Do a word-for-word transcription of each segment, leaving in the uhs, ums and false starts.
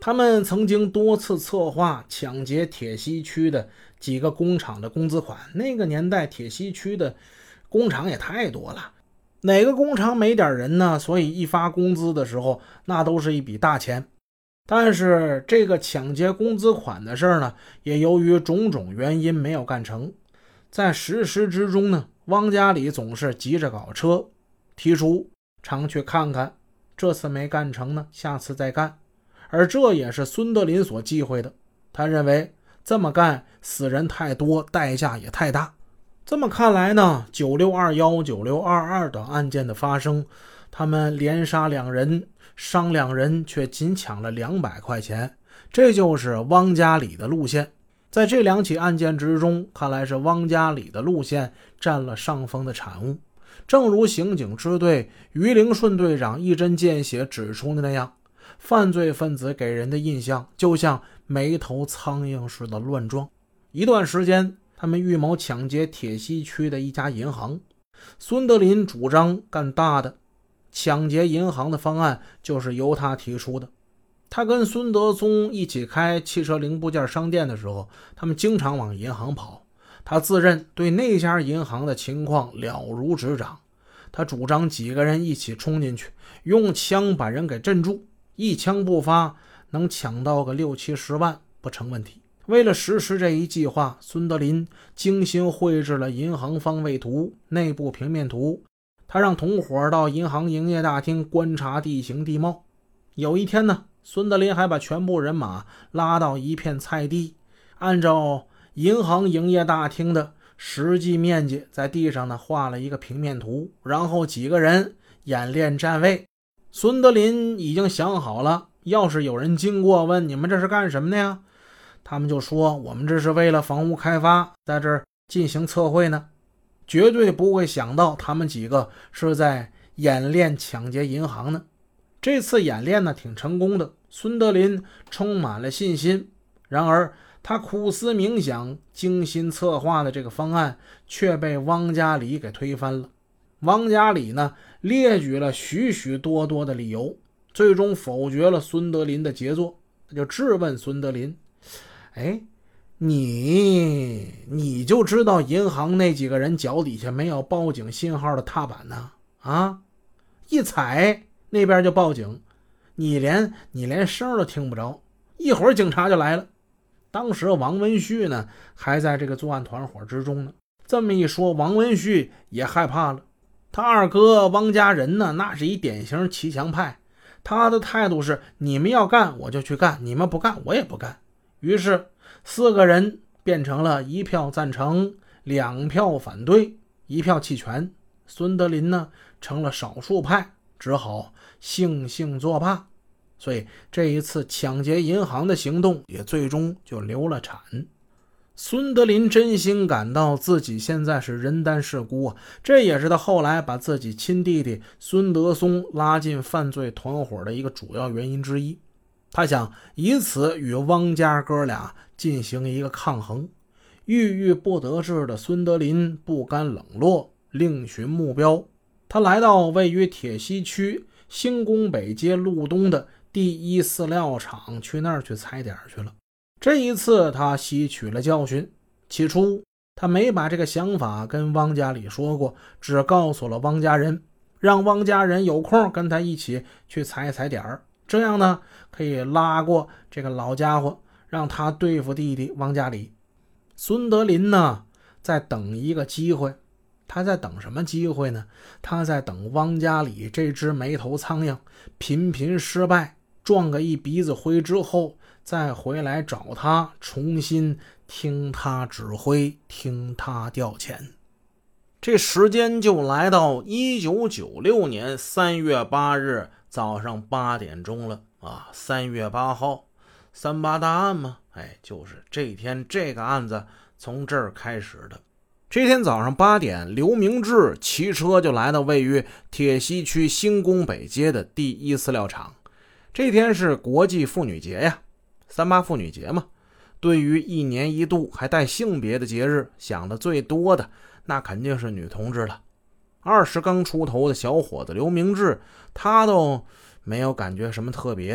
他们曾经多次策划抢劫铁西区的几个工厂的工资款，那个年代铁西区的工厂也太多了，哪个工厂没点人呢？所以一发工资的时候，那都是一笔大钱。但是这个抢劫工资款的事儿呢，也由于种种原因没有干成。在实施之中呢，汪家里总是急着搞车，提出常去看看，这次没干成呢，下次再干。而这也是孙德林所忌讳的，他认为这么干死人太多，代价也太大。这么看来呢，九六二一、九六二二等案件的发生，他们连杀两人，伤两人，却仅抢了两百块钱，这就是汪家里的路线。在这两起案件之中，看来是汪家里的路线占了上风的产物。正如刑警支队于凌顺队长一针见血指出的那样，犯罪分子给人的印象就像没头苍蝇似的乱撞。一段时间，他们预谋抢劫铁西区的一家银行，孙德林主张干大的，抢劫银行的方案就是由他提出的。他跟孙德松一起开汽车零部件商店的时候，他们经常往银行跑，他自认对那家银行的情况了如指掌。他主张几个人一起冲进去，用枪把人给镇住，一枪不发，能抢到个六七十万不成问题。为了实施这一计划，孙德林精心绘制了银行方位图、内部平面图。他让同伙到银行营业大厅观察地形地貌。有一天呢，孙德林还把全部人马拉到一片菜地，按照银行营业大厅的实际面积，在地上呢画了一个平面图，然后几个人演练站位。孙德林已经想好了，要是有人经过问你们这是干什么的呀，他们就说我们这是为了房屋开发，在这儿进行测绘呢。绝对不会想到他们几个是在演练抢劫银行呢。这次演练呢挺成功的，孙德林充满了信心。然而他苦思冥想，精心策划的这个方案却被汪家里给推翻了。汪家里呢列举了许许多多的理由，最终否决了孙德林的杰作。他就质问孙德林，哎，你你就知道银行那几个人脚底下没有报警信号的踏板呢？啊，一踩那边就报警，你连你连声都听不着，一会儿警察就来了。当时王文旭呢还在这个作案团伙之中呢。这么一说，王文旭也害怕了。他二哥汪家人呢，那是一典型骑墙派，他的态度是你们要干我就去干，你们不干我也不干。于是四个人变成了一票赞成，两票反对，一票弃权。孙德林呢成了少数派，只好悻悻作罢。所以这一次抢劫银行的行动也最终就流了产。孙德林真心感到自己现在是人单势孤啊，这也是他后来把自己亲弟弟孙德松拉进犯罪团伙的一个主要原因之一。他想以此与汪家哥俩进行一个抗衡。郁郁不得志的孙德林不甘冷落，另寻目标。他来到位于铁西区兴工北街路东的第一饲料厂，去那儿去踩点去了。这一次他吸取了教训，起初他没把这个想法跟汪家里说过，只告诉了汪家人，让汪家人有空跟他一起去踩踩点儿，这样呢可以拉过这个老家伙，让他对付弟弟汪家里。孙德林呢在等一个机会。他在等什么机会呢？他在等汪家里这只没头苍蝇频频失败，撞个一鼻子灰之后，再回来找他，重新听他指挥，听他调遣。这时间就来到一九九六年三月八日早上八点钟了啊！三月八号，三八大案嘛，哎，就是这天这个案子从这儿开始的。这天早上八点，刘明志骑车就来到位于铁西区兴工北街的第一饲料厂。这天是国际妇女节呀，三八妇女节嘛。对于一年一度还带性别的节日，想的最多的那肯定是女同志了。二十刚出头的小伙子刘明志，他都没有感觉什么特别的。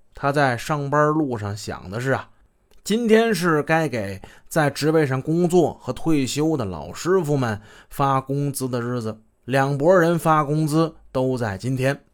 他在上班路上想的是啊，今天是该给在职位上工作和退休的老师傅们发工资的日子，两拨人发工资都在今天。